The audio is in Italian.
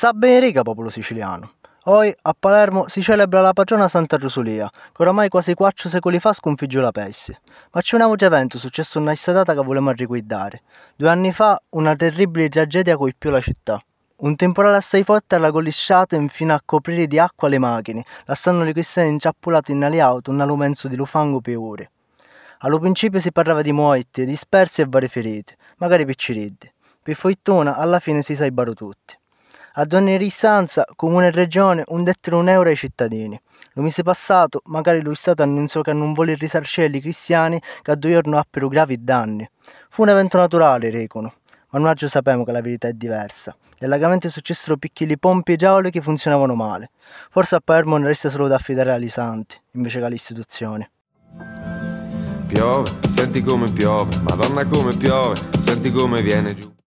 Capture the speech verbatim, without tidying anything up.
Sa benerica popolo siciliano. Oggi a Palermo si celebra la patrona Santa Rosulia, che oramai quasi quattro secoli fa sconfiggì la peste. Ma c'è un altro evento successo in questa data che volevamo riguardare. Due anni fa una terribile tragedia colpì la città. Un temporale assai forte alla collisciata infine a coprire di acqua le macchine, lasciando le cristiane intrappolate nelle auto un alumenzo di lufango per ore. Allo principio si parlava di morti, dispersi e vari feriti, magari picciriddi. Per fortuna alla fine si sarebbero tutti. A ogni ristanza, comune e regione, un dettero un euro ai cittadini. Lo mese passato, magari lo Stato annunciò che non vuole risarcire i cristiani che a due giorni appero gravi danni. Fu un evento naturale, dicono, ma noi oggi sappiamo che la verità è diversa. Gli allagamenti successero piccoli pompi idraulici che funzionavano male. Forse a Palermo non resta solo da affidare agli santi, invece che alle istituzioni. Piove, senti come piove, Madonna come piove, senti come viene giù.